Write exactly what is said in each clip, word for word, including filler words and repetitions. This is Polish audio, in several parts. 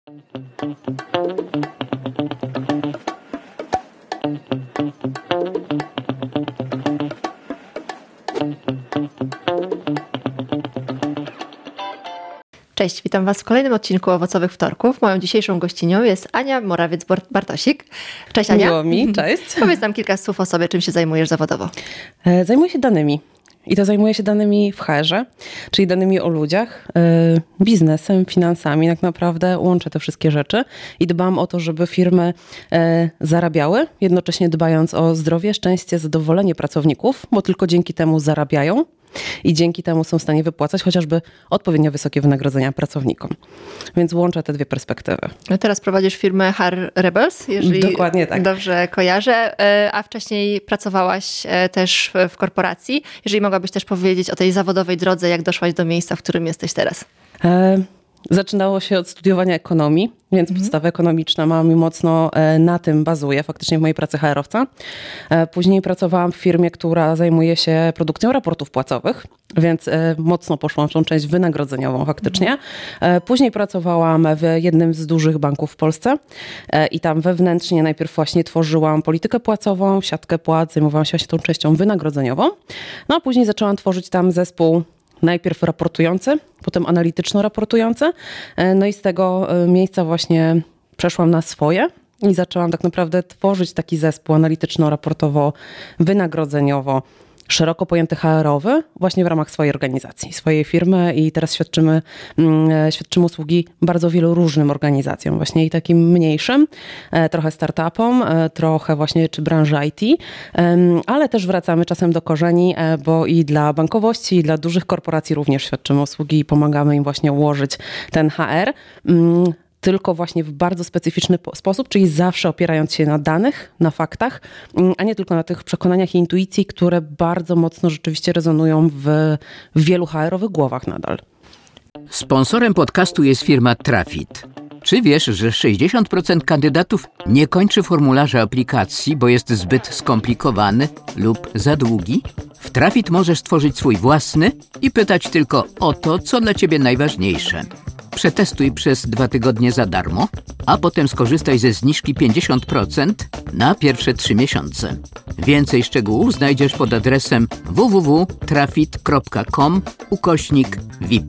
Cześć, witam Was w kolejnym odcinku Owocowych Wtorków. Moją dzisiejszą gościnią jest Ania Morawiec-Bartosik. Cześć Ania. Miło mi, cześć. Powiedz nam kilka słów o sobie, czym się zajmujesz zawodowo. Zajmuję się danymi. I to zajmuję się danymi w H R-ze, czyli danymi o ludziach, biznesem, finansami. Tak naprawdę łączę te wszystkie rzeczy i dbam o to, żeby firmy zarabiały, jednocześnie dbając o zdrowie, szczęście, zadowolenie pracowników, bo tylko dzięki temu zarabiają. I dzięki temu są w stanie wypłacać chociażby odpowiednio wysokie wynagrodzenia pracownikom. Więc łączę te dwie perspektywy. Teraz prowadzisz firmę H R Rebels, jeżeli Dokładnie tak. Dobrze kojarzę, a wcześniej pracowałaś też w korporacji. Jeżeli mogłabyś też powiedzieć o tej zawodowej drodze, jak doszłaś do miejsca, w którym jesteś teraz? E- Zaczynało się od studiowania ekonomii, więc mhm. podstawa ekonomiczna mama mi mocno na tym bazuje, faktycznie w mojej pracy H R-owca. Później pracowałam w firmie, która zajmuje się produkcją raportów płacowych, więc mocno poszłam w tą część wynagrodzeniową faktycznie. Mhm. Później pracowałam w jednym z dużych banków w Polsce i tam wewnętrznie najpierw właśnie tworzyłam politykę płacową, siatkę płac, zajmowałam się właśnie tą częścią wynagrodzeniową. No a później zaczęłam tworzyć tam zespół najpierw raportujący, potem analityczno-raportujący. No i z tego miejsca właśnie przeszłam na swoje i zaczęłam tak naprawdę tworzyć taki zespół analityczno-raportowo-wynagrodzeniowo, szeroko pojęty H R-owy, właśnie w ramach swojej organizacji, swojej firmy i teraz świadczymy, świadczymy usługi bardzo wielu różnym organizacjom, właśnie i takim mniejszym, trochę startupom, trochę właśnie czy branży I T, ale też wracamy czasem do korzeni, bo i dla bankowości, i dla dużych korporacji również świadczymy usługi i pomagamy im właśnie ułożyć ten H R. Tylko właśnie w bardzo specyficzny sposób, czyli zawsze opierając się na danych, na faktach, a nie tylko na tych przekonaniach i intuicji, które bardzo mocno rzeczywiście rezonują w, w wielu H R-owych głowach nadal. Sponsorem podcastu jest firma Trafit. Czy wiesz, że sześćdziesiąt procent kandydatów nie kończy formularza aplikacji, bo jest zbyt skomplikowany lub za długi? W Trafit możesz stworzyć swój własny i pytać tylko o to, co dla Ciebie najważniejsze. Przetestuj przez dwa tygodnie za darmo, a potem skorzystaj ze zniżki pięćdziesiąt procent na pierwsze trzy miesiące. Więcej szczegółów znajdziesz pod adresem w w w kropka trafit kropka com ukośnik V I P.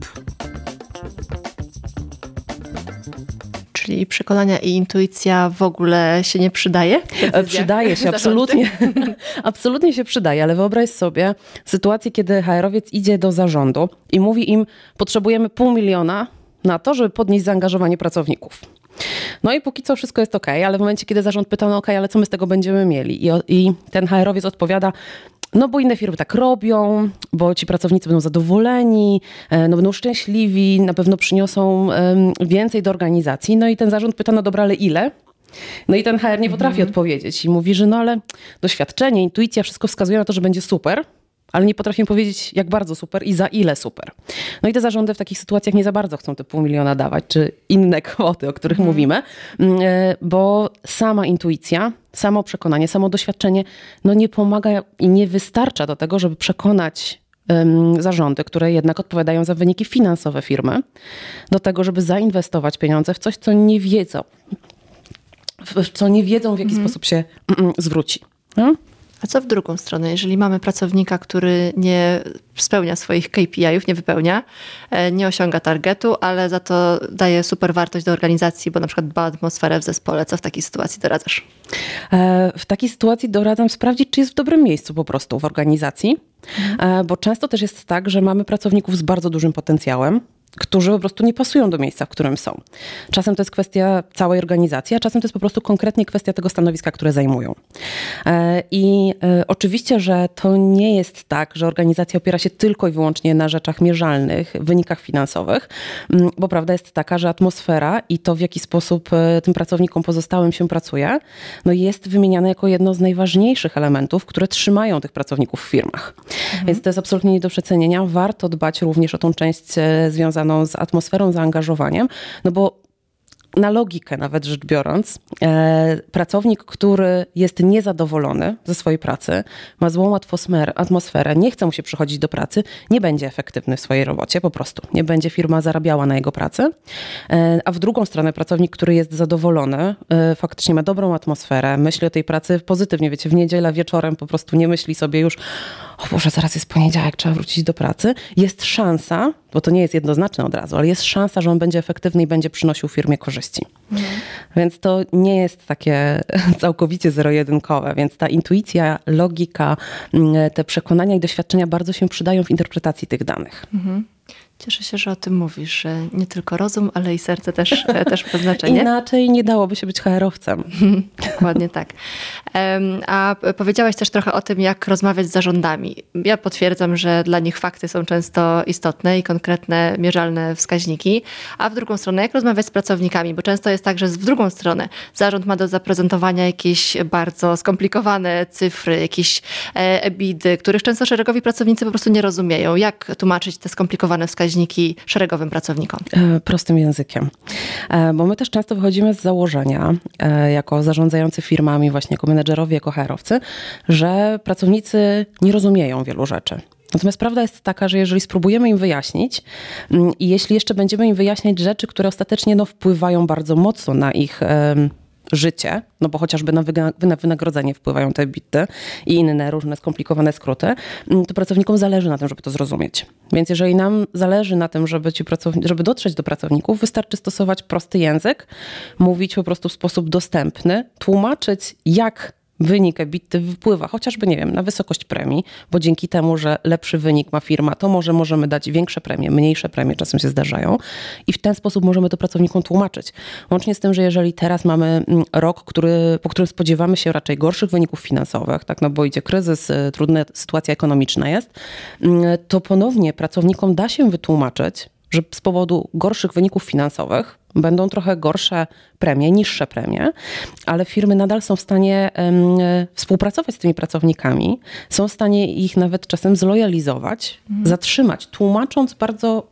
Czyli przekonania i intuicja w ogóle się nie przydaje? Przydaje się, absolutnie. Absolutnie się przydaje, ale wyobraź sobie sytuację, kiedy H R-owiec idzie do zarządu i mówi im, potrzebujemy pół miliona na to, żeby podnieść zaangażowanie pracowników. No i póki co wszystko jest okej, ale w momencie, kiedy zarząd pyta, no okej, ale co my z tego będziemy mieli? I, i ten H R-owiec odpowiada, no bo inne firmy tak robią, bo ci pracownicy będą zadowoleni, no będą szczęśliwi, na pewno przyniosą um, więcej do organizacji. No i ten zarząd pyta, no dobra, ale ile? No i ten H R nie potrafi mhm. odpowiedzieć i mówi, że no ale doświadczenie, intuicja, wszystko wskazuje na to, że będzie super, ale nie potrafię powiedzieć, jak bardzo super i za ile super. No i te zarządy w takich sytuacjach nie za bardzo chcą te pół miliona dawać, czy inne kwoty, o których mm. mówimy, bo sama intuicja, samo przekonanie, samo doświadczenie no nie pomaga i nie wystarcza do tego, żeby przekonać um, zarządy, które jednak odpowiadają za wyniki finansowe firmy, do tego, żeby zainwestować pieniądze w coś, co nie wiedzą, w co nie wiedzą, w jaki mm. sposób się mm, zwróci. No? A co w drugą stronę? Jeżeli mamy pracownika, który nie spełnia swoich K P I-ów, nie wypełnia, nie osiąga targetu, ale za to daje super wartość do organizacji, bo na przykład dba o atmosferę w zespole. Co w takiej sytuacji doradzasz? W takiej sytuacji doradzam sprawdzić, czy jest w dobrym miejscu po prostu w organizacji, mhm. bo często też jest tak, że mamy pracowników z bardzo dużym potencjałem, którzy po prostu nie pasują do miejsca, w którym są. Czasem to jest kwestia całej organizacji, a czasem to jest po prostu konkretnie kwestia tego stanowiska, które zajmują. I oczywiście, że to nie jest tak, że organizacja opiera się tylko i wyłącznie na rzeczach mierzalnych, wynikach finansowych, bo prawda jest taka, że atmosfera i to, w jaki sposób tym pracownikom pozostałym się pracuje, no jest wymieniane jako jedno z najważniejszych elementów, które trzymają tych pracowników w firmach. Mhm. Więc to jest absolutnie nie do przecenienia. Warto dbać również o tą część związaną z atmosferą, zaangażowaniem, no bo na logikę nawet rzecz biorąc, e, pracownik, który jest niezadowolony ze swojej pracy, ma złą atmosferę, atmosferę, nie chce mu się przychodzić do pracy, nie będzie efektywny w swojej robocie po prostu. Nie będzie firma zarabiała na jego pracy. E, a w drugą stronę pracownik, który jest zadowolony, e, faktycznie ma dobrą atmosferę, myśli o tej pracy pozytywnie. Wiecie, w niedzielę wieczorem po prostu nie myśli sobie już, o Boże, zaraz jest poniedziałek, trzeba wrócić do pracy. Jest szansa, bo to nie jest jednoznaczne od razu, ale jest szansa, że on będzie efektywny i będzie przynosił firmie korzyści. Mm. Więc to nie jest takie całkowicie zero-jedynkowe, więc ta intuicja, logika, te przekonania i doświadczenia bardzo się przydają w interpretacji tych danych. Mm-hmm. Cieszę się, że o tym mówisz, że nie tylko rozum, ale i serce też, też ma znaczenie. Inaczej nie dałoby się być H R-owcem. Dokładnie tak. A powiedziałaś też trochę o tym, jak rozmawiać z zarządami. Ja potwierdzam, że dla nich fakty są często istotne i konkretne, mierzalne wskaźniki, a w drugą stronę, jak rozmawiać z pracownikami, bo często jest tak, że w drugą stronę zarząd ma do zaprezentowania jakieś bardzo skomplikowane cyfry, jakieś ebidy, których często szeregowi pracownicy po prostu nie rozumieją. Jak tłumaczyć te skomplikowane wskaźniki szeregowym pracownikom? Prostym językiem. Bo my też często wychodzimy z założenia, jako zarządzający firmami, właśnie jako menedżerowie, jako H R-owcy, że pracownicy nie rozumieją wielu rzeczy. Natomiast prawda jest taka, że jeżeli spróbujemy im wyjaśnić i jeśli jeszcze będziemy im wyjaśniać rzeczy, które ostatecznie no, wpływają bardzo mocno na ich um, życie, no bo chociażby na wynagrodzenie wpływają te bity i inne różne skomplikowane skróty, to pracownikom zależy na tym, żeby to zrozumieć. Więc jeżeli nam zależy na tym, żeby, ci pracowni- żeby dotrzeć do pracowników, wystarczy stosować prosty język, mówić po prostu w sposób dostępny, tłumaczyć, jak wynik ebity wpływa chociażby, nie wiem, na wysokość premii, bo dzięki temu, że lepszy wynik ma firma, to może możemy dać większe premie, mniejsze premie czasem się zdarzają i w ten sposób możemy to pracownikom tłumaczyć. Łącznie z tym, że jeżeli teraz mamy rok, który, po którym spodziewamy się raczej gorszych wyników finansowych, tak, no bo idzie kryzys, trudna sytuacja ekonomiczna jest, to ponownie pracownikom da się wytłumaczyć, że z powodu gorszych wyników finansowych będą trochę gorsze premie, niższe premie, ale firmy nadal są w stanie um, współpracować z tymi pracownikami, są w stanie ich nawet czasem zlojalizować, mhm. zatrzymać, tłumacząc bardzo,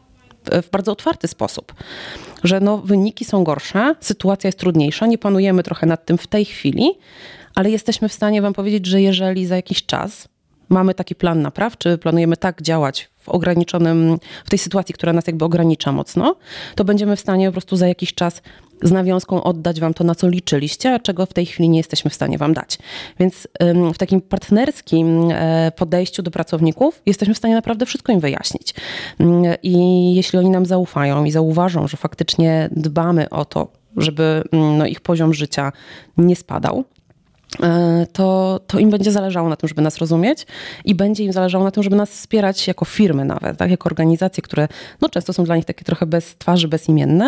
w bardzo otwarty sposób, że no, wyniki są gorsze, sytuacja jest trudniejsza, nie panujemy trochę nad tym w tej chwili, ale jesteśmy w stanie wam powiedzieć, że jeżeli za jakiś czas mamy taki plan napraw, czy planujemy tak działać w ograniczonym, w tej sytuacji, która nas jakby ogranicza mocno, to będziemy w stanie po prostu za jakiś czas z nawiązką oddać wam to, na co liczyliście, a czego w tej chwili nie jesteśmy w stanie wam dać. Więc w takim partnerskim podejściu do pracowników jesteśmy w stanie naprawdę wszystko im wyjaśnić. I jeśli oni nam zaufają i zauważą, że faktycznie dbamy o to, żeby no, ich poziom życia nie spadał, To, to im będzie zależało na tym, żeby nas rozumieć i będzie im zależało na tym, żeby nas wspierać jako firmy nawet, tak? Jako organizacje, które no, często są dla nich takie trochę bez twarzy, bezimienne,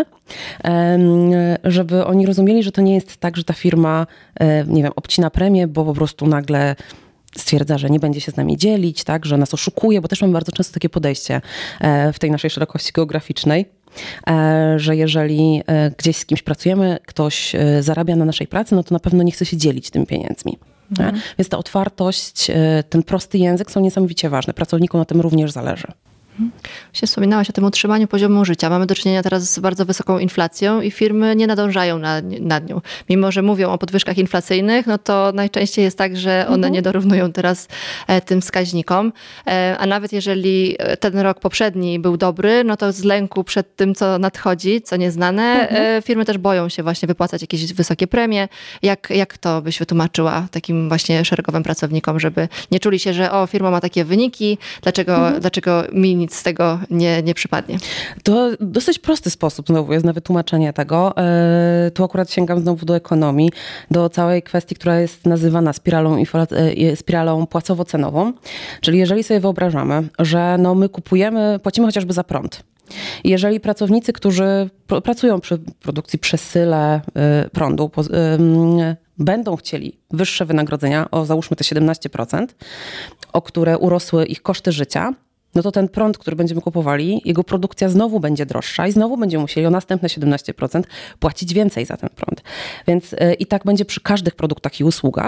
żeby oni rozumieli, że to nie jest tak, że ta firma, nie wiem, obcina premię, bo po prostu nagle stwierdza, że nie będzie się z nami dzielić, tak? Że nas oszukuje, bo też mamy bardzo często takie podejście w tej naszej szerokości geograficznej, że jeżeli gdzieś z kimś pracujemy, ktoś zarabia na naszej pracy, no to na pewno nie chce się dzielić tymi pieniędzmi. Mhm. Więc ta otwartość, ten prosty język są niesamowicie ważne. Pracownikom na tym również zależy. Się wspominałaś o tym utrzymaniu poziomu życia. Mamy do czynienia teraz z bardzo wysoką inflacją i firmy nie nadążają nad, nad nią. Mimo że mówią o podwyżkach inflacyjnych, no to najczęściej jest tak, że one mhm. nie dorównują teraz tym wskaźnikom. A nawet jeżeli ten rok poprzedni był dobry, no to z lęku przed tym, co nadchodzi, co nieznane, mhm. firmy też boją się właśnie wypłacać jakieś wysokie premie. Jak, jak to byś wytłumaczyła takim właśnie szeregowym pracownikom, żeby nie czuli się, że o, firma ma takie wyniki, dlaczego, mhm. dlaczego mi nic z tego nie, nie przypadnie? To dosyć prosty sposób znowu jest na wytłumaczenie tego. Tu akurat sięgam znowu do ekonomii, do całej kwestii, która jest nazywana spiralą, spiralą płacowo-cenową. Czyli jeżeli sobie wyobrażamy, że no my kupujemy, płacimy chociażby za prąd. Jeżeli pracownicy, którzy pr- pracują przy produkcji przesyle y, prądu, po, y, y, będą chcieli wyższe wynagrodzenia, o załóżmy te siedemnaście procent, o które urosły ich koszty życia, no to ten prąd, który będziemy kupowali, jego produkcja znowu będzie droższa i znowu będziemy musieli o następne siedemnaście procent płacić więcej za ten prąd. Więc y, i tak będzie przy każdych produktach i usługach.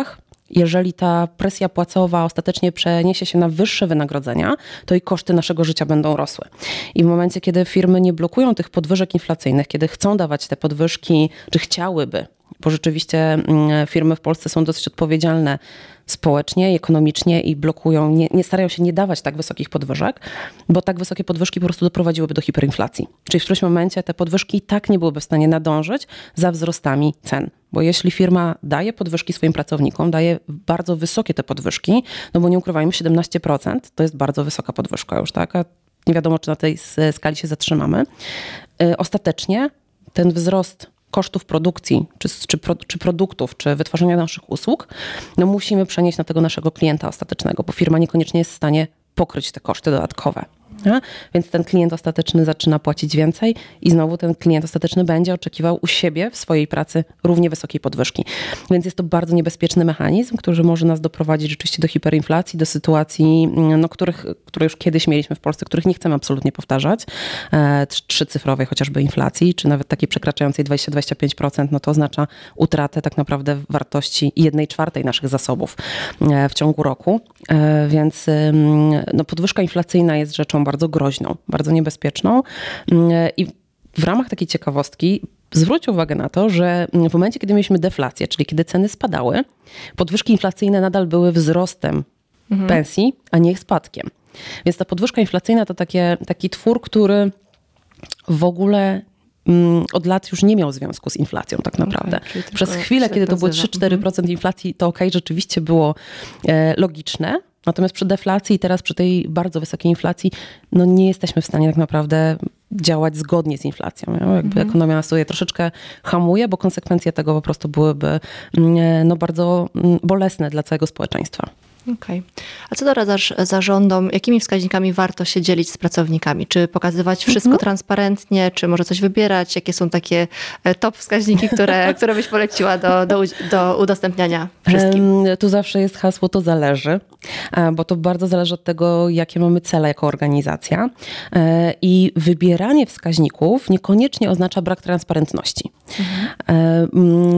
Jeżeli ta presja płacowa ostatecznie przeniesie się na wyższe wynagrodzenia, to i koszty naszego życia będą rosły. I w momencie, kiedy firmy nie blokują tych podwyżek inflacyjnych, kiedy chcą dawać te podwyżki, czy chciałyby, bo rzeczywiście firmy w Polsce są dosyć odpowiedzialne społecznie, ekonomicznie i blokują, nie, nie starają się nie dawać tak wysokich podwyżek, bo tak wysokie podwyżki po prostu doprowadziłyby do hiperinflacji. Czyli w którymś momencie te podwyżki i tak nie byłyby w stanie nadążyć za wzrostami cen. Bo jeśli firma daje podwyżki swoim pracownikom, daje bardzo wysokie te podwyżki, no bo nie ukrywajmy, siedemnaście procent to jest bardzo wysoka podwyżka już, tak? A nie wiadomo, czy na tej skali się zatrzymamy. Ostatecznie ten wzrost kosztów produkcji, czy, czy, czy produktów, czy wytwarzania naszych usług, no musimy przenieść na tego naszego klienta ostatecznego, bo firma niekoniecznie jest w stanie pokryć te koszty dodatkowe. Nie? Więc ten klient ostateczny zaczyna płacić więcej i znowu ten klient ostateczny będzie oczekiwał u siebie w swojej pracy równie wysokiej podwyżki. Więc jest to bardzo niebezpieczny mechanizm, który może nas doprowadzić rzeczywiście do hiperinflacji, do sytuacji, no, których, które już kiedyś mieliśmy w Polsce, których nie chcemy absolutnie powtarzać. E, trzycyfrowej chociażby inflacji, czy nawet takiej przekraczającej dwadzieścia do dwudziestu pięciu procent, no to oznacza utratę tak naprawdę wartości jednej czwartej naszych zasobów e, w ciągu roku. E, więc e, no, podwyżka inflacyjna jest rzeczą bardzo groźną, bardzo niebezpieczną. I w ramach takiej ciekawostki zwróć uwagę na to, że w momencie, kiedy mieliśmy deflację, czyli kiedy ceny spadały, podwyżki inflacyjne nadal były wzrostem mhm. pensji, a nie ich spadkiem. Więc ta podwyżka inflacyjna to takie, taki twór, który w ogóle od lat już nie miał związku z inflacją tak naprawdę. Okay, Przez chwilę, kiedy to było trzy cztery procent inflacji, to okej, okay, rzeczywiście było e, logiczne. Natomiast przy deflacji i teraz przy tej bardzo wysokiej inflacji, no nie jesteśmy w stanie tak naprawdę działać zgodnie z inflacją. No? Jakby mhm. ekonomia nas tutaj troszeczkę hamuje, bo konsekwencje tego po prostu byłyby no, bardzo bolesne dla całego społeczeństwa. Okej. Okay. A co doradzasz zarządom, jakimi wskaźnikami warto się dzielić z pracownikami? Czy pokazywać wszystko mhm. transparentnie, czy może coś wybierać? Jakie są takie top wskaźniki, które, które byś poleciła do, do, do udostępniania wszystkim? Tu zawsze jest hasło to zależy, bo to bardzo zależy od tego, jakie mamy cele jako organizacja. I wybieranie wskaźników niekoniecznie oznacza brak transparentności. Mhm.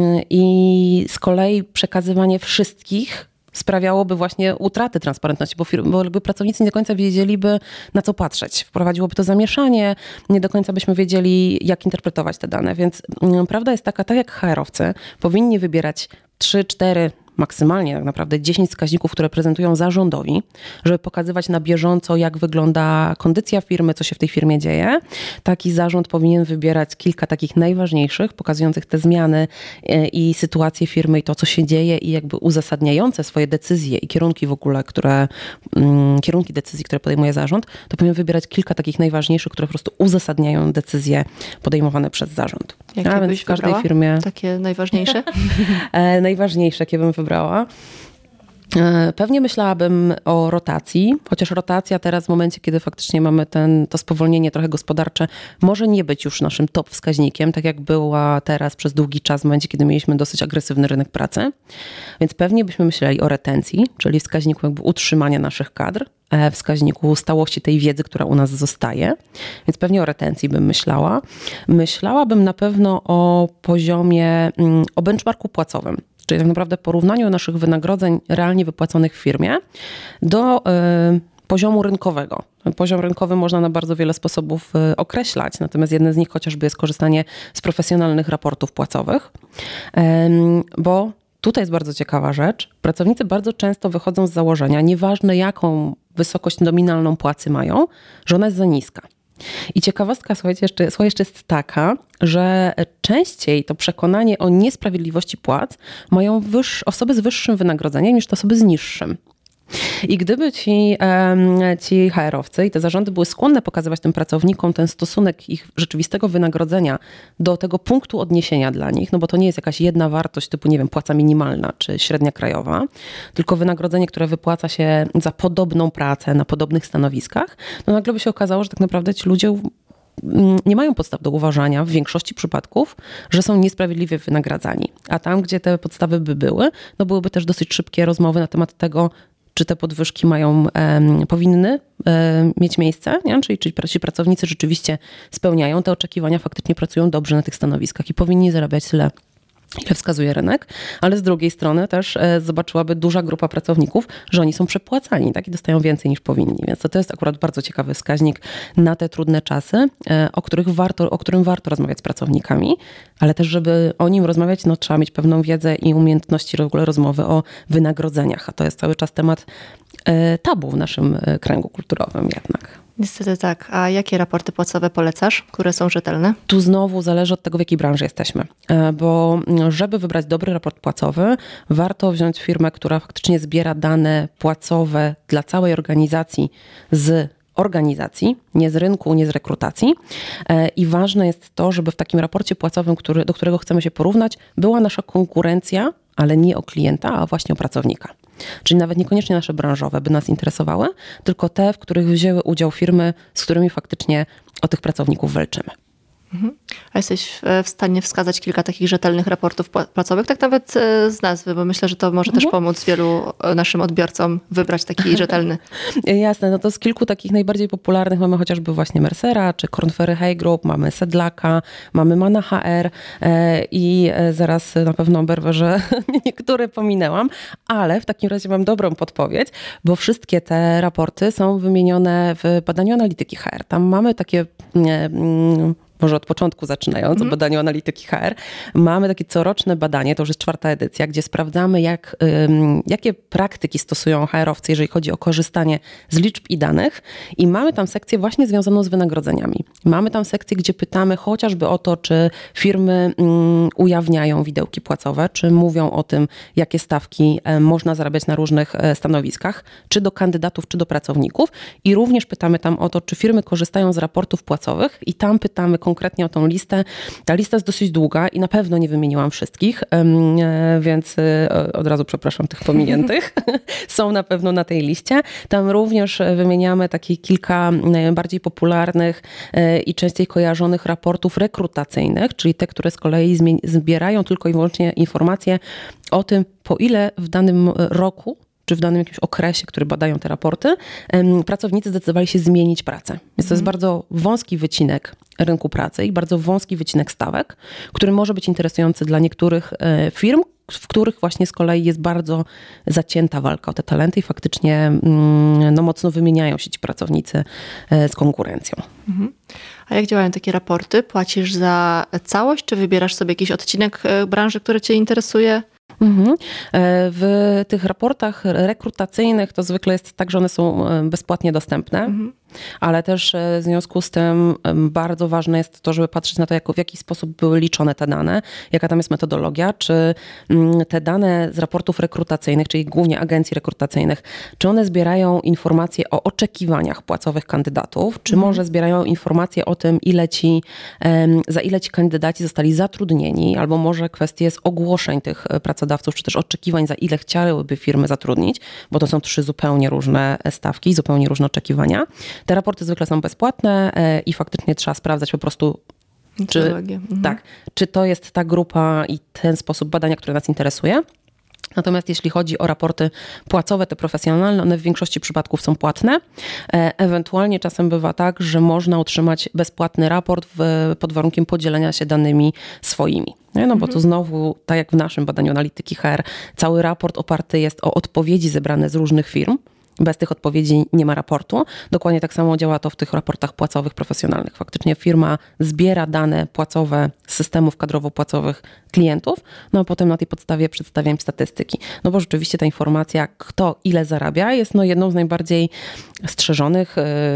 I z kolei przekazywanie wszystkich sprawiałoby właśnie utratę transparentności, bo, firmy, bo jakby pracownicy nie do końca wiedzieliby, na co patrzeć. Wprowadziłoby to zamieszanie, nie do końca byśmy wiedzieli, jak interpretować te dane. Więc prawda jest taka, tak jak H R-owcy powinni wybierać trzy, cztery, maksymalnie tak naprawdę dziesięć wskaźników, które prezentują zarządowi, żeby pokazywać na bieżąco, jak wygląda kondycja firmy, co się w tej firmie dzieje. Taki zarząd powinien wybierać kilka takich najważniejszych, pokazujących te zmiany i sytuację firmy i to, co się dzieje i jakby uzasadniające swoje decyzje i kierunki w ogóle, które, kierunki decyzji, które podejmuje zarząd, to powinien wybierać kilka takich najważniejszych, które po prostu uzasadniają decyzje podejmowane przez zarząd. Jakie A, byś w każdej wybrała? Firmie takie najważniejsze? Najważniejsze, jakie bym wybrała. Pewnie myślałabym o rotacji, chociaż rotacja teraz w momencie, kiedy faktycznie mamy ten, to spowolnienie trochę gospodarcze, może nie być już naszym top wskaźnikiem, tak jak była teraz przez długi czas w momencie, kiedy mieliśmy dosyć agresywny rynek pracy. Więc pewnie byśmy myśleli o retencji, czyli wskaźniku jakby utrzymania naszych kadr, wskaźniku stałości tej wiedzy, która u nas zostaje. Więc pewnie o retencji bym myślała. Myślałabym na pewno o poziomie, o benchmarku płacowym. Czyli tak naprawdę porównaniu naszych wynagrodzeń realnie wypłaconych w firmie do y, poziomu rynkowego. Poziom rynkowy można na bardzo wiele sposobów y, określać, natomiast jeden z nich chociażby jest korzystanie z profesjonalnych raportów płacowych, y, bo tutaj jest bardzo ciekawa rzecz. Pracownicy bardzo często wychodzą z założenia, nieważne jaką wysokość nominalną płacy mają, że ona jest za niska. I ciekawostka, słuchajcie, jeszcze, słuchaj, jeszcze jest taka, że częściej to przekonanie o niesprawiedliwości płac mają wyż, osoby z wyższym wynagrodzeniem niż te osoby z niższym. I gdyby ci, ci H R-owcy i te zarządy były skłonne pokazywać tym pracownikom ten stosunek ich rzeczywistego wynagrodzenia do tego punktu odniesienia dla nich, no bo to nie jest jakaś jedna wartość typu, nie wiem, płaca minimalna czy średnia krajowa, tylko wynagrodzenie, które wypłaca się za podobną pracę na podobnych stanowiskach, no nagle by się okazało, że tak naprawdę ci ludzie nie mają podstaw do uważania w większości przypadków, że są niesprawiedliwie wynagradzani. A tam, gdzie te podstawy by były, no byłyby też dosyć szybkie rozmowy na temat tego, czy te podwyżki mają, um, powinny um, mieć miejsce, nie? Czyli, czyli ci pracownicy rzeczywiście spełniają te oczekiwania, faktycznie pracują dobrze na tych stanowiskach i powinni zarabiać tyle, ile wskazuje rynek, ale z drugiej strony też zobaczyłaby duża grupa pracowników, że oni są przepłacani, tak, i dostają więcej niż powinni. Więc to, to jest akurat bardzo ciekawy wskaźnik na te trudne czasy, o, których warto, o którym warto rozmawiać z pracownikami, ale też, żeby o nim rozmawiać, no, trzeba mieć pewną wiedzę i umiejętności w ogóle rozmowy o wynagrodzeniach, a to jest cały czas temat tabu w naszym kręgu kulturowym jednak. Niestety tak. A jakie raporty płacowe polecasz, które są rzetelne? Tu znowu zależy od tego, w jakiej branży jesteśmy. Bo żeby wybrać dobry raport płacowy, warto wziąć firmę, która faktycznie zbiera dane płacowe dla całej organizacji z organizacji, nie z rynku, nie z rekrutacji. I ważne jest to, żeby w takim raporcie płacowym, który, do którego chcemy się porównać, była nasza konkurencja, ale nie o klienta, a właśnie o pracownika. Czyli nawet niekoniecznie nasze branżowe by nas interesowały, tylko te, w których wzięły udział firmy, z którymi faktycznie o tych pracowników walczymy. Mhm. A jesteś w stanie wskazać kilka takich rzetelnych raportów płacowych, tak nawet z nazwy, bo myślę, że to może mhm. też pomóc wielu naszym odbiorcom wybrać taki rzetelny. Jasne, no to z kilku takich najbardziej popularnych mamy chociażby właśnie Mercera, czy Korn Ferry Hay Group, mamy Sedlaka, mamy Mana H R i zaraz na pewno oberwę, że niektóre pominęłam, ale w takim razie mam dobrą podpowiedź, bo wszystkie te raporty są wymienione w badaniu analityki H R. Tam mamy takie... Nie, może od początku zaczynając, mm. o badaniu analityki H R, mamy takie coroczne badanie, to już jest czwarta edycja, gdzie sprawdzamy, jak, ym, jakie praktyki stosują H R-owcy, jeżeli chodzi o korzystanie z liczb i danych. I mamy tam sekcję właśnie związaną z wynagrodzeniami. Mamy tam sekcję, gdzie pytamy chociażby o to, czy firmy ym, ujawniają widełki płacowe, czy mówią o tym, jakie stawki y, można zarabiać na różnych y, stanowiskach, czy do kandydatów, czy do pracowników. I również pytamy tam o to, czy firmy korzystają z raportów płacowych i tam pytamy konkretnie o tą listę. Ta lista jest dosyć długa i na pewno nie wymieniłam wszystkich, więc od razu przepraszam tych pominiętych. Są na pewno na tej liście. Tam również wymieniamy takie kilka bardziej popularnych i częściej kojarzonych raportów rekrutacyjnych, czyli te, które z kolei zbierają tylko i wyłącznie informacje o tym, po ile w danym roku czy w danym jakimś okresie, który badają te raporty, pracownicy zdecydowali się zmienić pracę. Więc to jest bardzo wąski wycinek rynku pracy i bardzo wąski wycinek stawek, który może być interesujący dla niektórych firm, w których właśnie z kolei jest bardzo zacięta walka o te talenty i faktycznie no, mocno wymieniają się ci pracownicy z konkurencją. Mhm. A jak działają takie raporty? Płacisz za całość, czy wybierasz sobie jakiś odcinek branży, który cię interesuje? Mhm. W tych raportach rekrutacyjnych to zwykle jest tak, że one są bezpłatnie dostępne, mhm. ale też w związku z tym bardzo ważne jest to, żeby patrzeć na to, jak, w jaki sposób były liczone te dane, jaka tam jest metodologia, czy te dane z raportów rekrutacyjnych, czyli głównie agencji rekrutacyjnych, czy one zbierają informacje o oczekiwaniach płacowych kandydatów, czy mhm. może zbierają informacje o tym, ile ci, za ile ci kandydaci zostali zatrudnieni, albo może kwestie z ogłoszeń tych pracodawców, czy też oczekiwań, za ile chciałyby firmy zatrudnić, bo to są trzy zupełnie różne stawki, zupełnie różne oczekiwania. Te raporty zwykle są bezpłatne i faktycznie trzeba sprawdzać po prostu, czy, mhm. tak, czy to jest ta grupa i ten sposób badania, który nas interesuje. Natomiast jeśli chodzi o raporty płacowe, te profesjonalne, one w większości przypadków są płatne. Ewentualnie czasem bywa tak, że można otrzymać bezpłatny raport w, pod warunkiem podzielenia się danymi swoimi. No bo mhm. tu znowu, tak jak w naszym badaniu analityki H R, cały raport oparty jest o odpowiedzi zebrane z różnych firm. Bez tych odpowiedzi nie ma raportu. Dokładnie tak samo działa to w tych raportach płacowych profesjonalnych. Faktycznie firma zbiera dane płacowe z systemów kadrowo-płacowych klientów, no a potem na tej podstawie przedstawia im statystyki. No bo rzeczywiście ta informacja, kto ile zarabia, jest no jedną z najbardziej strzeżonych,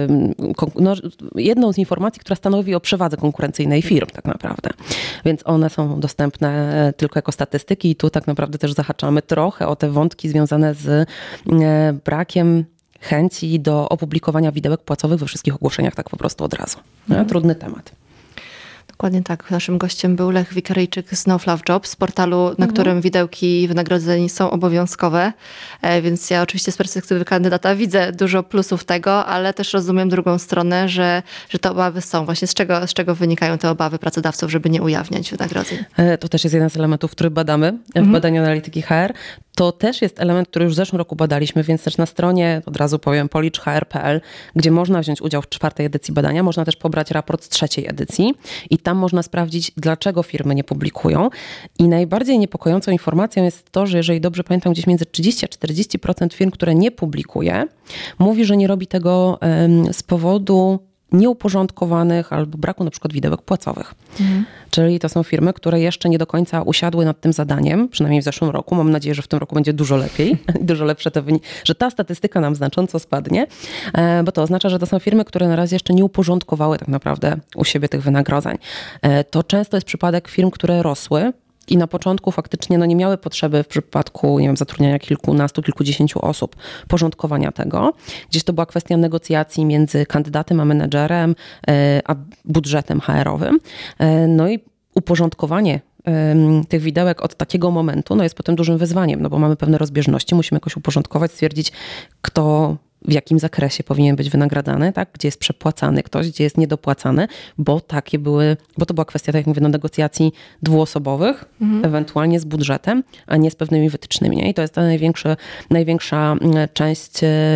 no jedną z informacji, która stanowi o przewadze konkurencyjnej firm tak naprawdę. Więc one są dostępne tylko jako statystyki i tu tak naprawdę też zahaczamy trochę o te wątki związane z brakiem chęci do opublikowania widełek płacowych we wszystkich ogłoszeniach tak po prostu od razu. No, trudny temat. Dokładnie tak. Naszym gościem był Lech Wikaryjczyk z No Fluff Jobs, z portalu, na mhm. którym widełki wynagrodzeń są obowiązkowe. Więc ja oczywiście z perspektywy kandydata widzę dużo plusów tego, ale też rozumiem drugą stronę, że, że te obawy są. Właśnie z czego, z czego wynikają te obawy pracodawców, żeby nie ujawniać wynagrodzeń? To też jest jeden z elementów, który badamy w mhm. badaniu analityki H R. To też jest element, który już w zeszłym roku badaliśmy, więc też na stronie, od razu powiem, policz h r kropka p l, gdzie można wziąć udział w czwartej edycji badania, można też pobrać raport z trzeciej edycji i tam można sprawdzić, dlaczego firmy nie publikują. I najbardziej niepokojącą informacją jest to, że jeżeli dobrze pamiętam, gdzieś między trzydzieści a czterdzieści procent firm, które nie publikuje, mówi, że nie robi tego z powodu nieuporządkowanych albo braku na przykład widełek płacowych. Mhm. Czyli to są firmy, które jeszcze nie do końca usiadły nad tym zadaniem, przynajmniej w zeszłym roku. Mam nadzieję, że w tym roku będzie dużo lepiej, dużo lepsze te wyniki, że ta statystyka nam znacząco spadnie, bo to oznacza, że to są firmy, które na razie jeszcze nie uporządkowały tak naprawdę u siebie tych wynagrodzeń. To często jest przypadek firm, które rosły, i na początku faktycznie no, nie miały potrzeby w przypadku nie wiem, zatrudniania kilkunastu, kilkudziesięciu osób, porządkowania tego. Gdzieś to była kwestia negocjacji między kandydatem a menedżerem, a budżetem H R-owym. No i uporządkowanie tych widełek od takiego momentu no, jest potem dużym wyzwaniem, no bo mamy pewne rozbieżności, musimy jakoś uporządkować, stwierdzić, kto w jakim zakresie powinien być wynagradzany, tak? Gdzie jest przepłacany ktoś, gdzie jest niedopłacany, bo takie były, bo to była kwestia, tak jak mówię, no, negocjacji dwuosobowych, mhm. ewentualnie z budżetem, a nie z pewnymi wytycznymi. Nie? I to jest ta największy, największa część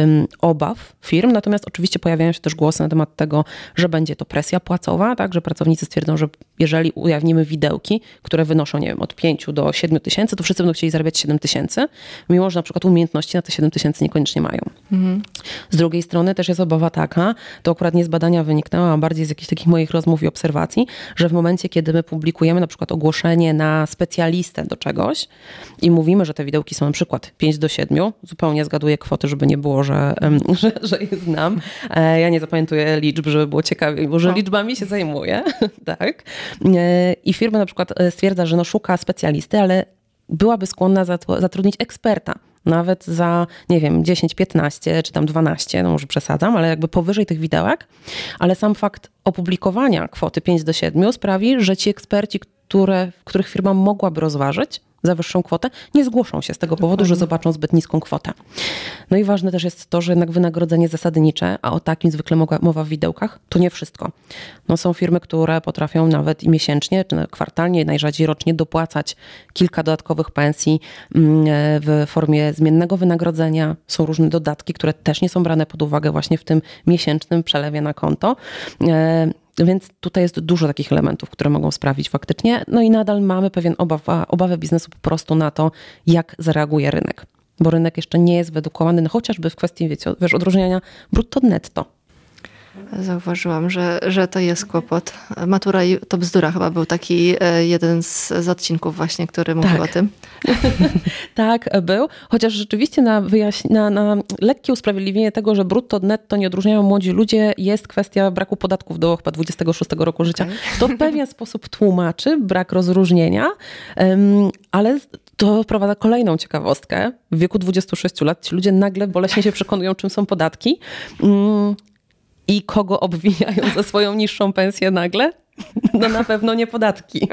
obaw firm. Natomiast oczywiście pojawiają się też głosy na temat tego, że będzie to presja płacowa, tak? Że pracownicy stwierdzą, że jeżeli ujawnimy widełki, które wynoszą, nie wiem, od pięciu do siedmiu tysięcy, to wszyscy będą chcieli zarabiać siedem tysięcy, mimo że na przykład umiejętności na te siedem tysięcy niekoniecznie mają. Mhm. Z drugiej strony też jest obawa taka, to akurat nie z badania wyniknęła, a bardziej z jakichś takich moich rozmów i obserwacji, że w momencie, kiedy my publikujemy na przykład ogłoszenie na specjalistę do czegoś i mówimy, że te widełki są na przykład pięć do siedmiu, zupełnie zgaduję kwoty, żeby nie było, że, że, że je znam. Ja nie zapamiętuję liczb, żeby było ciekawie, bo że liczbami się zajmuję. Tak. I firma na przykład stwierdza, że no szuka specjalisty, ale byłaby skłonna zatrudnić eksperta. Nawet za, nie wiem, dziesięć, piętnaście czy tam dwanaście, no może przesadzam, ale jakby powyżej tych widełek. Ale sam fakt opublikowania kwoty pięć do siedmiu sprawi, że ci eksperci, które, których firma mogłaby rozważyć za wyższą kwotę, nie zgłoszą się z tego powodu, że zobaczą zbyt niską kwotę. No i ważne też jest to, że jednak wynagrodzenie zasadnicze, a o takim zwykle mowa w widełkach, to nie wszystko. No są firmy, które potrafią nawet i miesięcznie, czy kwartalnie, najrzadziej rocznie dopłacać kilka dodatkowych pensji w formie zmiennego wynagrodzenia. Są różne dodatki, które też nie są brane pod uwagę właśnie w tym miesięcznym przelewie na konto. Więc tutaj jest dużo takich elementów, które mogą sprawić faktycznie. No i nadal mamy pewien obawa, obawę biznesu po prostu na to, jak zareaguje rynek. Bo rynek jeszcze nie jest wyedukowany, no chociażby w kwestii, wiecie, wiesz, odróżniania brutto od netto. Zauważyłam, że, że to jest kłopot. Matura i to bzdura chyba był taki jeden z, z odcinków właśnie, który mówił tak. o tym. Tak, był. Chociaż rzeczywiście na, wyjaśni- na, na lekkie usprawiedliwienie tego, że brutto od netto nie odróżniają młodzi ludzie, jest kwestia braku podatków do chyba dwudziestego szóstego roku życia. Okay. To w pewien sposób tłumaczy brak rozróżnienia, um, ale to wprowadza kolejną ciekawostkę. W wieku dwudziestu sześciu lat ci ludzie nagle boleśnie się przekonują, czym są podatki. Um, I kogo obwiniają za swoją niższą pensję nagle? No na pewno nie podatki.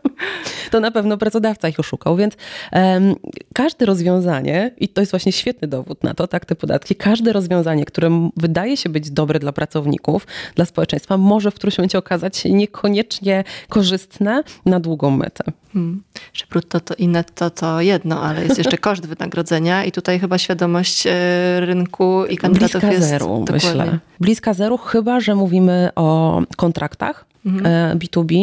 To na pewno pracodawca ich oszukał, więc um, każde rozwiązanie, i to jest właśnie świetny dowód na to, tak, te podatki, każde rozwiązanie, które wydaje się być dobre dla pracowników, dla społeczeństwa, może w którymś momencie okazać się niekoniecznie korzystne na długą metę. Hmm. Że brutto to i netto to jedno, ale jest jeszcze koszt wynagrodzenia i tutaj chyba świadomość rynku i kandydatów Bliska jest zeru, myślę. Bliska zeru, chyba że mówimy o kontraktach mhm. B dwa B.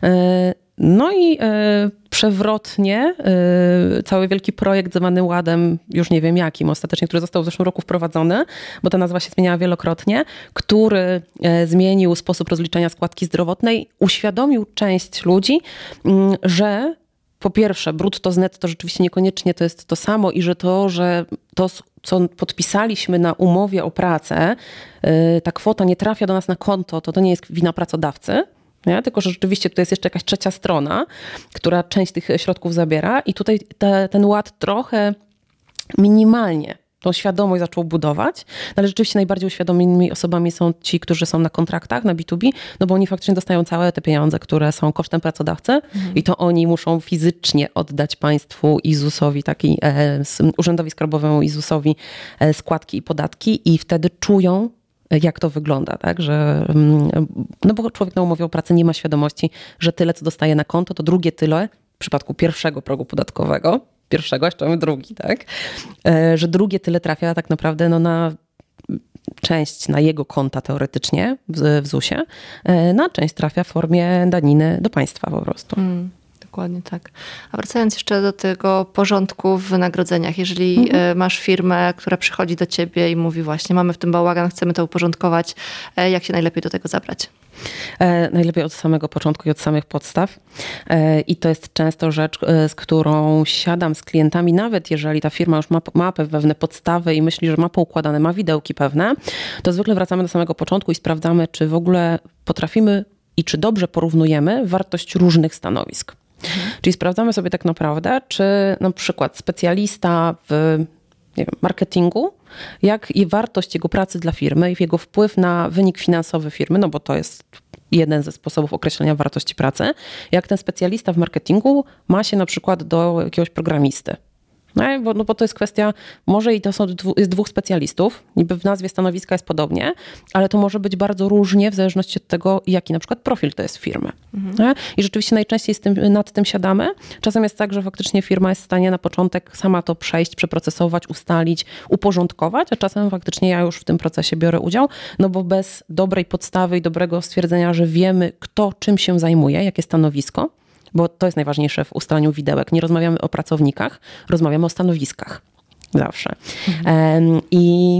No i przewrotnie cały wielki projekt zwany Ładem, już nie wiem jakim ostatecznie, który został w zeszłym roku wprowadzony, bo ta nazwa się zmieniała wielokrotnie, który zmienił sposób rozliczania składki zdrowotnej, uświadomił część ludzi, że po pierwsze brutto z netto rzeczywiście niekoniecznie to jest to samo i że to, że to, co podpisaliśmy na umowie o pracę, ta kwota nie trafia do nas na konto, to to nie jest wina pracodawcy. Nie? Tylko, że rzeczywiście tutaj jest jeszcze jakaś trzecia strona, która część tych środków zabiera i tutaj te, ten ład trochę minimalnie tą świadomość zaczął budować, ale rzeczywiście najbardziej uświadomionymi osobami są ci, którzy są na kontraktach, na B dwa B, no bo oni faktycznie dostają całe te pieniądze, które są kosztem pracodawcy mhm. i to oni muszą fizycznie oddać państwu i zusowi, taki e, Urzędowi Skarbowemu i zusowi e, składki i podatki i wtedy czują, jak to wygląda, tak, że no bo człowiek na umowie o pracę nie ma świadomości, że tyle, co dostaje na konto, to drugie tyle w przypadku pierwszego progu podatkowego pierwszego, jeszcze mamy drugi, tak? Że drugie tyle trafia tak naprawdę no, na część na jego konta teoretycznie w, w zusie, na część trafia w formie daniny do państwa po prostu. Mm. Dokładnie tak. A wracając jeszcze do tego porządku w wynagrodzeniach. Jeżeli mhm. masz firmę, która przychodzi do ciebie i mówi właśnie, mamy w tym bałagan, chcemy to uporządkować, jak się najlepiej do tego zabrać? E, najlepiej od samego początku i od samych podstaw. E, I to jest często rzecz, e, z którą siadam z klientami, nawet jeżeli ta firma już ma, ma pewne podstawy i myśli, że ma poukładane, ma widełki pewne, to zwykle wracamy do samego początku i sprawdzamy, czy w ogóle potrafimy i czy dobrze porównujemy wartość różnych stanowisk. Mhm. Czyli sprawdzamy sobie tak naprawdę, czy na przykład specjalista w nie wiem, marketingu, jak i wartość jego pracy dla firmy i jego wpływ na wynik finansowy firmy, no bo to jest jeden ze sposobów określenia wartości pracy, jak ten specjalista w marketingu ma się na przykład do jakiegoś programisty. No bo, no bo to jest kwestia, może i to są dwu, jest dwóch specjalistów, niby w nazwie stanowiska jest podobnie, ale to może być bardzo różnie w zależności od tego, jaki na przykład profil to jest firmy. Mhm. I rzeczywiście najczęściej z tym, nad tym siadamy. Czasem jest tak, że faktycznie firma jest w stanie na początek sama to przejść, przeprocesować, ustalić, uporządkować, a czasem faktycznie ja już w tym procesie biorę udział, no bo bez dobrej podstawy i dobrego stwierdzenia, że wiemy, kto czym się zajmuje, jakie stanowisko, bo to jest najważniejsze w ustalaniu widełek. Nie rozmawiamy o pracownikach, rozmawiamy o stanowiskach. Zawsze. Mhm. I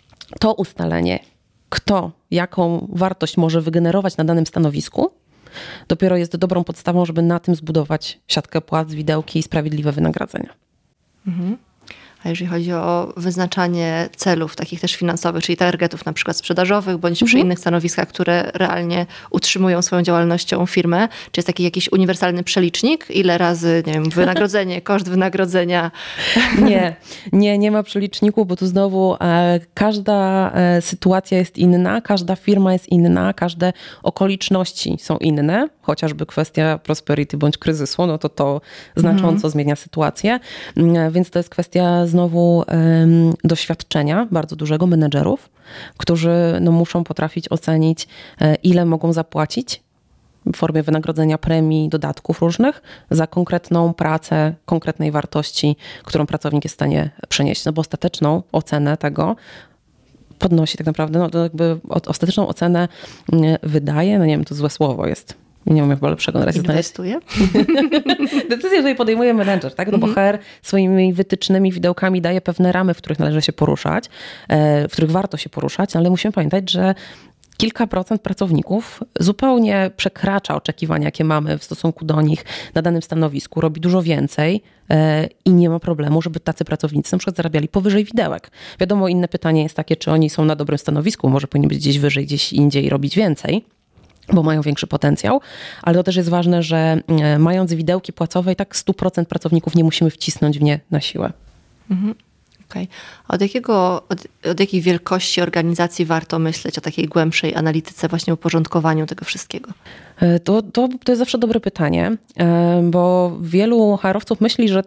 to ustalenie, kto jaką wartość może wygenerować na danym stanowisku, dopiero jest dobrą podstawą, żeby na tym zbudować siatkę płac, widełki i sprawiedliwe wynagrodzenia. Mhm. A jeżeli chodzi o wyznaczanie celów takich też finansowych, czyli targetów na przykład sprzedażowych, bądź mhm. przy innych stanowiskach, które realnie utrzymują swoją działalnością firmę, czy jest taki jakiś uniwersalny przelicznik? Ile razy, nie wiem, wynagrodzenie, koszt wynagrodzenia? Nie, nie, nie ma przeliczniku, bo tu znowu e, każda e, sytuacja jest inna, każda firma jest inna, każde okoliczności są inne, chociażby kwestia prosperity bądź kryzysu, no to to znacząco mhm. zmienia sytuację, e, więc to jest kwestia znowu um, doświadczenia bardzo dużego menedżerów, którzy no, muszą potrafić ocenić, e, ile mogą zapłacić w formie wynagrodzenia, premii, dodatków różnych za konkretną pracę, konkretnej wartości, którą pracownik jest w stanie przynieść. No bo ostateczną ocenę tego podnosi tak naprawdę, no to jakby ostateczną ocenę wydaje, no nie wiem, to złe słowo jest. Nie wiem, chyba lepszego na razie znaleźć. Inwestuje? Decyzję tutaj podejmuje menedżer, tak? No bo H R swoimi wytycznymi widełkami daje pewne ramy, w których należy się poruszać, w których warto się poruszać, ale musimy pamiętać, że kilka procent pracowników zupełnie przekracza oczekiwania, jakie mamy w stosunku do nich na danym stanowisku, robi dużo więcej i nie ma problemu, żeby tacy pracownicy na przykład zarabiali powyżej widełek. Wiadomo, inne pytanie jest takie, czy oni są na dobrym stanowisku, może powinni być gdzieś wyżej, gdzieś indziej i robić więcej, bo mają większy potencjał, ale to też jest ważne, że mając widełki płacowe i tak sto procent pracowników nie musimy wcisnąć w nie na siłę. Mhm. Okay. Od, jakiego, od, od jakiej wielkości organizacji warto myśleć o takiej głębszej analityce, właśnie uporządkowaniu tego wszystkiego? To, to, to jest zawsze dobre pytanie, bo wielu H R-owców myśli, że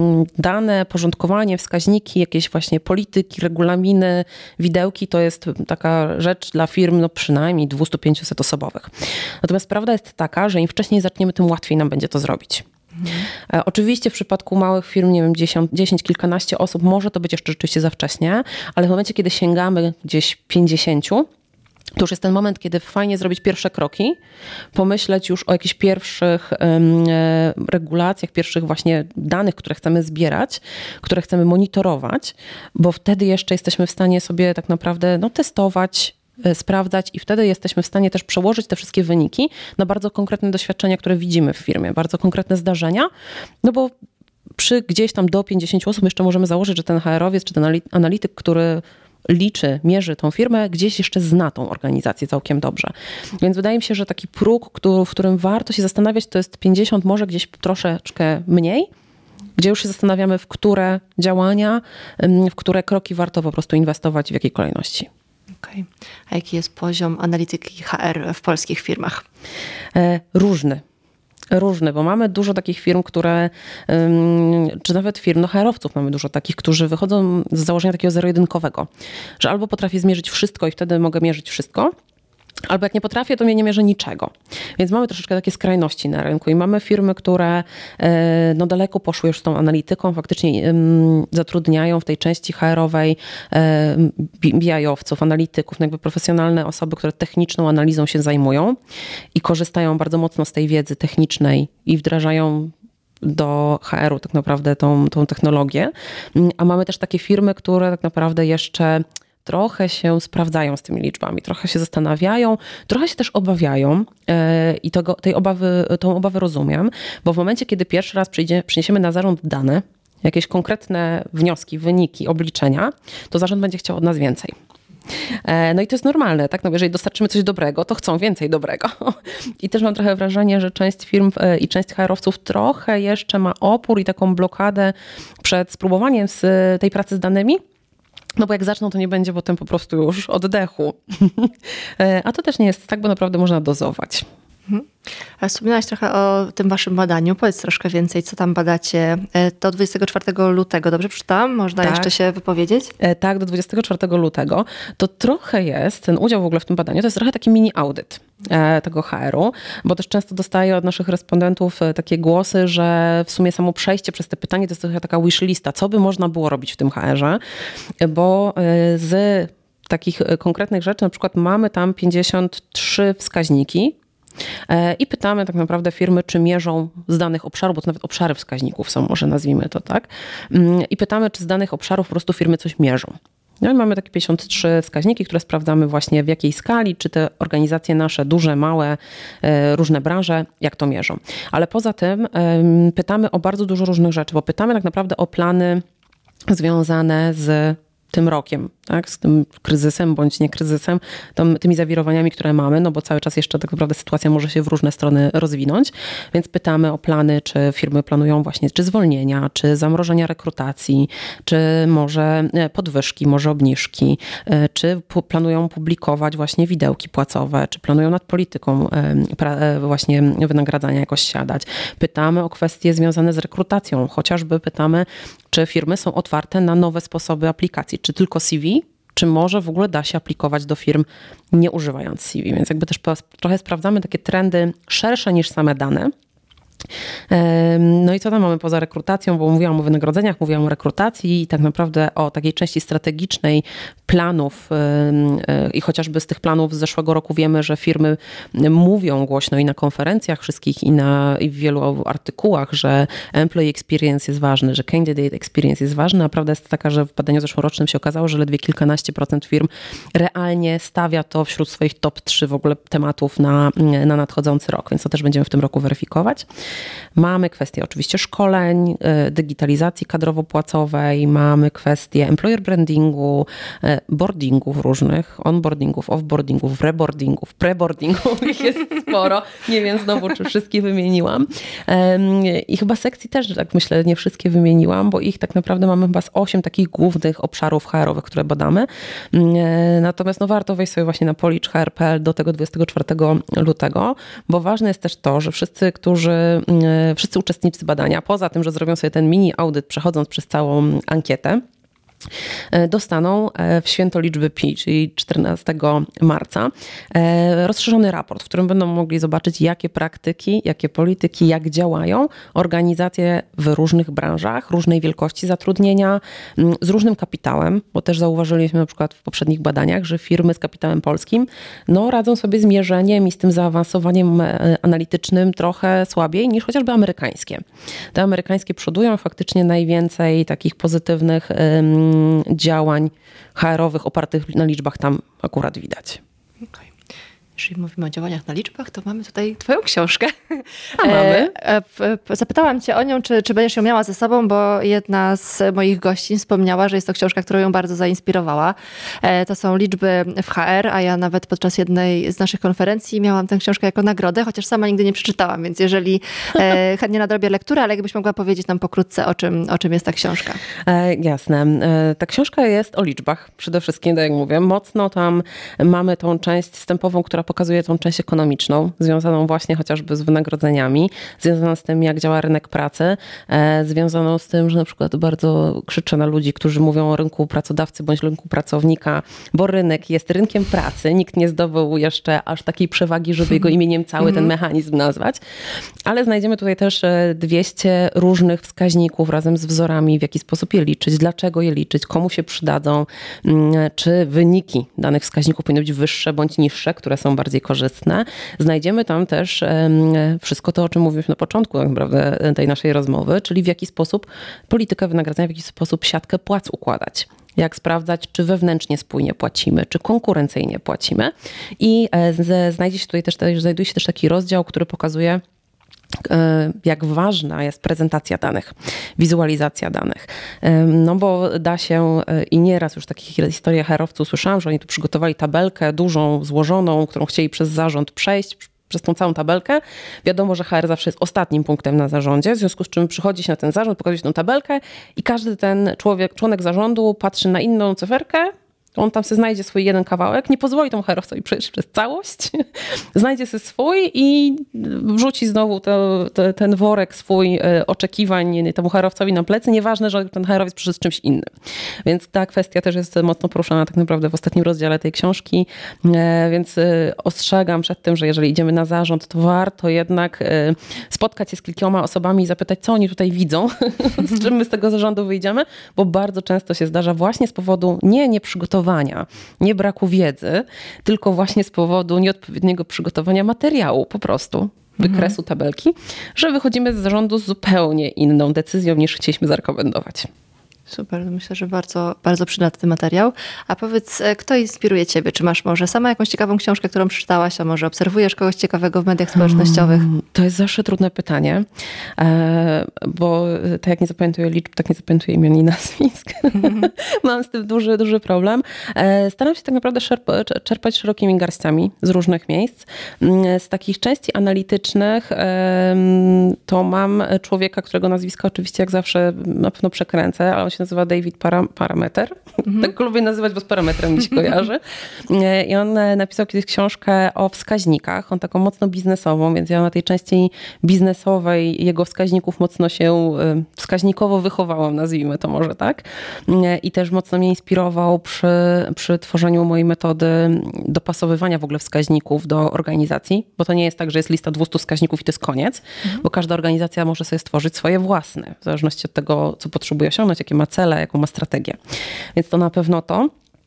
dane, porządkowanie, wskaźniki, jakieś właśnie polityki, regulaminy, widełki to jest taka rzecz dla firm no przynajmniej dwieście pięćset osobowych. Natomiast prawda jest taka, że im wcześniej zaczniemy, tym łatwiej nam będzie to zrobić. Mhm. Oczywiście w przypadku małych firm, nie wiem, dziesięć, dziesięć, kilkanaście osób, może to być jeszcze rzeczywiście za wcześnie, ale w momencie, kiedy sięgamy gdzieś pięćdziesięciu, to już jest ten moment, kiedy fajnie zrobić pierwsze kroki, pomyśleć już o jakichś pierwszych um, regulacjach, pierwszych właśnie danych, które chcemy zbierać, które chcemy monitorować, bo wtedy jeszcze jesteśmy w stanie sobie tak naprawdę no, testować, sprawdzać i wtedy jesteśmy w stanie też przełożyć te wszystkie wyniki na bardzo konkretne doświadczenia, które widzimy w firmie, bardzo konkretne zdarzenia, no bo przy gdzieś tam do pięćdziesięciu osób jeszcze możemy założyć, że ten H R-owiec czy ten analityk, który liczy, mierzy tą firmę, gdzieś jeszcze zna tą organizację całkiem dobrze. Więc wydaje mi się, że taki próg, który, w którym warto się zastanawiać, to jest pięćdziesiąt, może gdzieś troszeczkę mniej, gdzie już się zastanawiamy, w które działania, w które kroki warto po prostu inwestować, w jakiej kolejności. Okej. A jaki jest poziom analityki H R w polskich firmach? E, różny. Różny, bo mamy dużo takich firm, które, czy nawet firm, no H R-owców mamy dużo takich, którzy wychodzą z założenia takiego zero-jedynkowego, że albo potrafię zmierzyć wszystko i wtedy mogę mierzyć wszystko, Albo jak nie potrafię, to mnie nie mierzę niczego. Więc mamy troszeczkę takie skrajności na rynku i mamy firmy, które no daleko poszły już z tą analityką, faktycznie zatrudniają w tej części H R-owej B I-owców, analityków, no jakby profesjonalne osoby, które techniczną analizą się zajmują i korzystają bardzo mocno z tej wiedzy technicznej i wdrażają do H R-u tak naprawdę tą, tą technologię. A mamy też takie firmy, które tak naprawdę jeszcze trochę się sprawdzają z tymi liczbami, trochę się zastanawiają, trochę się też obawiają i tego, tej obawy, tą obawę rozumiem, bo w momencie, kiedy pierwszy raz przyjdzie, przyniesiemy na zarząd dane, jakieś konkretne wnioski, wyniki, obliczenia, to zarząd będzie chciał od nas więcej. No i to jest normalne, tak? No jeżeli dostarczymy coś dobrego, to chcą więcej dobrego. I też mam trochę wrażenie, że część firm i część H R-owców trochę jeszcze ma opór i taką blokadę przed spróbowaniem z tej pracy z danymi. No bo jak zaczną, to nie będzie potem po prostu już oddechu. A to też nie jest tak, bo naprawdę można dozować. Mhm. Wspominałaś trochę o tym waszym badaniu. Powiedz troszkę więcej, co tam badacie. Do dwudziestego czwartego lutego, dobrze przeczytałam? Można tak. jeszcze się wypowiedzieć? Tak, do dwudziestego czwartego lutego. To trochę jest, ten udział w ogóle w tym badaniu, to jest trochę taki mini audyt tego H R-u, bo też często dostaję od naszych respondentów takie głosy, że w sumie samo przejście przez te pytanie to jest trochę taka wishlista, co by można było robić w tym H R-ze, bo z takich konkretnych rzeczy, na przykład mamy tam pięćdziesiąt trzy wskaźniki, i pytamy tak naprawdę firmy, czy mierzą z danych obszarów, bo to nawet obszary wskaźników są, może nazwijmy to tak. I pytamy, czy z danych obszarów po prostu firmy coś mierzą. No i mamy takie pięćdziesiąt trzy wskaźniki, które sprawdzamy właśnie w jakiej skali, czy te organizacje nasze, duże, małe, różne branże, jak to mierzą. Ale poza tym pytamy o bardzo dużo różnych rzeczy, bo pytamy tak naprawdę o plany związane z tym rokiem, tak, z tym kryzysem bądź nie kryzysem, tą, tymi zawirowaniami, które mamy, no bo cały czas jeszcze tak naprawdę sytuacja może się w różne strony rozwinąć, więc pytamy o plany, czy firmy planują właśnie, czy zwolnienia, czy zamrożenia rekrutacji, czy może podwyżki, może obniżki, czy planują publikować właśnie widełki płacowe, czy planują nad polityką właśnie wynagradzania jakoś siadać. Pytamy o kwestie związane z rekrutacją, chociażby pytamy, czy firmy są otwarte na nowe sposoby aplikacji, czy tylko C V, czy może w ogóle da się aplikować do firm nie używając C V. Więc jakby też trochę sprawdzamy takie trendy szersze niż same dane. No i co tam mamy poza rekrutacją, bo mówiłam o wynagrodzeniach, mówiłam o rekrutacji i tak naprawdę o takiej części strategicznej planów i chociażby z tych planów z zeszłego roku wiemy, że firmy mówią głośno i na konferencjach wszystkich i, na, i w wielu artykułach, że employee experience jest ważny, że candidate experience jest ważny, a prawda jest taka, że w badaniu zeszłorocznym się okazało, że ledwie kilkanaście procent firm realnie stawia to wśród swoich top trzy w ogóle tematów na, na nadchodzący rok, więc to też będziemy w tym roku weryfikować. Mamy kwestię oczywiście szkoleń, digitalizacji kadrowo-płacowej, mamy kwestię employer brandingu, boardingów różnych, onboardingów, offboardingów, reboardingów, preboardingów, ich jest sporo. Nie wiem znowu, czy wszystkie wymieniłam. I chyba sekcji też, tak myślę, nie wszystkie wymieniłam, bo ich tak naprawdę mamy chyba z osiem takich głównych obszarów H R-owych, które badamy. Natomiast no, warto wejść sobie właśnie na policz h r kropka p l do tego dwudziestego czwartego lutego, bo ważne jest też to, że wszyscy, którzy Wszyscy uczestnicy badania, poza tym, że zrobią sobie ten mini audyt przechodząc przez całą ankietę, dostaną w święto liczby pi, czyli czternastego marca, rozszerzony raport, w którym będą mogli zobaczyć, jakie praktyki, jakie polityki, jak działają organizacje w różnych branżach, różnej wielkości zatrudnienia, z różnym kapitałem, bo też zauważyliśmy na przykład w poprzednich badaniach, że firmy z kapitałem polskim no, radzą sobie z mierzeniem i z tym zaawansowaniem analitycznym trochę słabiej niż chociażby amerykańskie. Te amerykańskie przodują faktycznie najwięcej takich pozytywnych działań H R-owych opartych na liczbach tam akurat widać. Okay. Jeżeli mówimy o działaniach na liczbach, to mamy tutaj twoją książkę. A mamy. Zapytałam cię o nią, czy, czy będziesz ją miała ze sobą, bo jedna z moich gościń wspomniała, że jest to książka, która ją bardzo zainspirowała. To są liczby w H R, a ja nawet podczas jednej z naszych konferencji miałam tę książkę jako nagrodę, chociaż sama nigdy nie przeczytałam, więc jeżeli chętnie nadrobię lekturę, ale jakbyś mogła powiedzieć nam pokrótce, o czym, o czym jest ta książka. E, jasne. E, ta książka jest o liczbach przede wszystkim, tak jak mówię. Mocno tam mamy tą część wstępową, która pokazuje tą część ekonomiczną, związaną właśnie chociażby z wynagrodzeniami, związaną z tym, jak działa rynek pracy, związaną z tym, że na przykład bardzo krzyczę na ludzi, którzy mówią o rynku pracodawcy bądź rynku pracownika, bo rynek jest rynkiem pracy. Nikt nie zdobył jeszcze aż takiej przewagi, żeby jego imieniem cały ten mechanizm nazwać. Ale znajdziemy tutaj też dwieście różnych wskaźników razem z wzorami, w jaki sposób je liczyć, dlaczego je liczyć, komu się przydadzą, czy wyniki danych wskaźników powinny być wyższe bądź niższe, które są bardziej korzystne. Znajdziemy tam też wszystko to, o czym mówiliśmy na początku tak naprawdę tej naszej rozmowy, czyli w jaki sposób politykę wynagradzania, w jaki sposób siatkę płac układać. Jak sprawdzać, czy wewnętrznie spójnie płacimy, czy konkurencyjnie płacimy. I znajdzie się tutaj też, znajduje się też taki rozdział, który pokazuje, jak ważna jest prezentacja danych, wizualizacja danych. No bo da się, i nieraz już takich historii H R-owców słyszałam, że oni tu przygotowali tabelkę dużą, złożoną, którą chcieli przez zarząd przejść, przez tą całą tabelkę. Wiadomo, że H R zawsze jest ostatnim punktem na zarządzie, w związku z czym przychodzi się na ten zarząd, pokazuje się tą tabelkę i każdy ten człowiek, członek zarządu patrzy na inną cyferkę. On tam sobie znajdzie swój jeden kawałek, nie pozwoli temu H R-owcowi przejść przez całość, znajdzie sobie swój i wrzuci znowu to, to, ten worek swój oczekiwań temu H R-owcowi na plecy, nieważne, że ten H R-owiec przyszedł z czymś innym. Więc ta kwestia też jest mocno poruszana tak naprawdę w ostatnim rozdziale tej książki, więc ostrzegam przed tym, że jeżeli idziemy na zarząd, to warto jednak spotkać się z kilkoma osobami i zapytać, co oni tutaj widzą, z czym my z tego zarządu wyjdziemy, bo bardzo często się zdarza właśnie z powodu nie nieprzygotowania, nie braku wiedzy, tylko właśnie z powodu nieodpowiedniego przygotowania materiału po prostu, wykresu tabelki, że wychodzimy z zarządu z zupełnie inną decyzją niż chcieliśmy zarekomendować. Super, myślę, że bardzo, bardzo przydatny materiał. A powiedz, kto inspiruje ciebie? Czy masz może sama jakąś ciekawą książkę, którą przeczytałaś, a może obserwujesz kogoś ciekawego w mediach społecznościowych? To jest zawsze trudne pytanie, bo tak jak nie zapamiętuję liczb, tak nie zapamiętuję imion i nazwisk. Mam z tym duży, duży problem. Staram się tak naprawdę czerpać szerokimi garściami z różnych miejsc. Z takich części analitycznych to mam człowieka, którego nazwiska oczywiście jak zawsze na pewno przekręcę, ale on się nazywa David Param- Parameter. Mm-hmm. Tak go lubię nazywać, bo z parametrem mi się kojarzy. I on napisał kiedyś książkę o wskaźnikach. On taką mocno biznesową, więc ja na tej części biznesowej jego wskaźników mocno się wskaźnikowo wychowałam, nazwijmy to może tak. I też mocno mnie inspirował przy, przy tworzeniu mojej metody dopasowywania w ogóle wskaźników do organizacji, bo to nie jest tak, że jest lista dwustu wskaźników i to jest koniec, mm-hmm. bo każda organizacja może sobie stworzyć swoje własne, w zależności od tego, co potrzebuje osiągnąć, jakie ma cele, jaką ma strategię. Więc to na pewno to.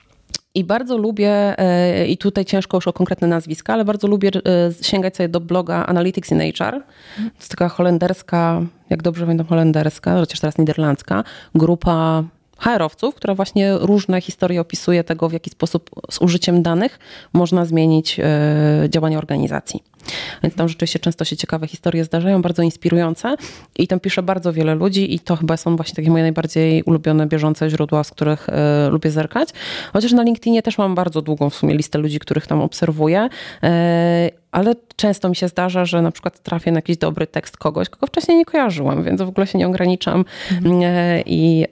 I bardzo lubię, i tutaj ciężko już o konkretne nazwiska, ale bardzo lubię sięgać sobie do bloga Analytics in H R. To jest taka holenderska, jak dobrze pamiętam holenderska, chociaż teraz niderlandzka, grupa H R-owców, która właśnie różne historie opisuje tego, w jaki sposób z użyciem danych można zmienić działanie organizacji. Więc tam rzeczywiście często się ciekawe historie zdarzają, bardzo inspirujące i tam pisze bardzo wiele ludzi i to chyba są właśnie takie moje najbardziej ulubione, bieżące źródła, z których y, lubię zerkać. Chociaż na LinkedInie też mam bardzo długą w sumie listę ludzi, których tam obserwuję, y, ale często mi się zdarza, że na przykład trafię na jakiś dobry tekst kogoś, kogo wcześniej nie kojarzyłam, więc w ogóle się nie ograniczam mhm. y, y,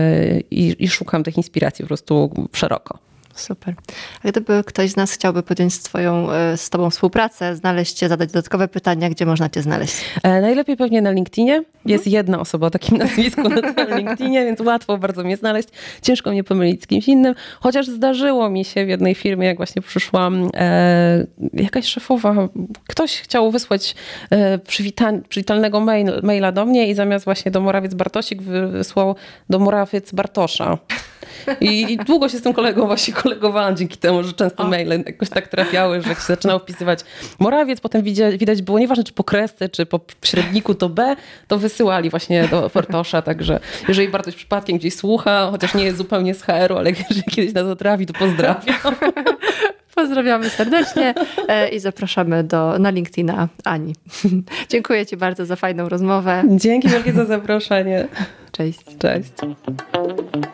y, i szukam tych inspiracji po prostu szeroko. Super. A gdyby ktoś z nas chciałby podjąć z, twoją, z tobą współpracę, znaleźć cię, zadać dodatkowe pytania, gdzie można cię znaleźć? E, najlepiej pewnie na LinkedInie. Jest hmm. jedna osoba o takim nazwisku na LinkedInie, więc łatwo bardzo mnie znaleźć. Ciężko mnie pomylić z kimś innym. Chociaż zdarzyło mi się w jednej firmie, jak właśnie przyszłam, e, jakaś szefowa, ktoś chciał wysłać e, przywita- przywitalnego mail, maila do mnie i zamiast właśnie do Morawiec Bartosik wysłał do Morawiec Bartosza. I, I długo się z tym kolegą właśnie kolegowałam dzięki temu, że często o. maile jakoś tak trafiały, że jak się zaczynało wpisywać Morawiec, potem widać, widać było, nieważne czy po kresce, czy po średniku to B, to wysyłali właśnie do Bartosza, także jeżeli Bartoś przypadkiem gdzieś słucha, chociaż nie jest zupełnie z H R u, ale jeżeli kiedyś na to trafi, to pozdrawiam. Pozdrawiamy serdecznie i zapraszamy do, na LinkedIna Ani. Dziękuję ci bardzo za fajną rozmowę. Dzięki wielkie za zaproszenie. Cześć. Cześć.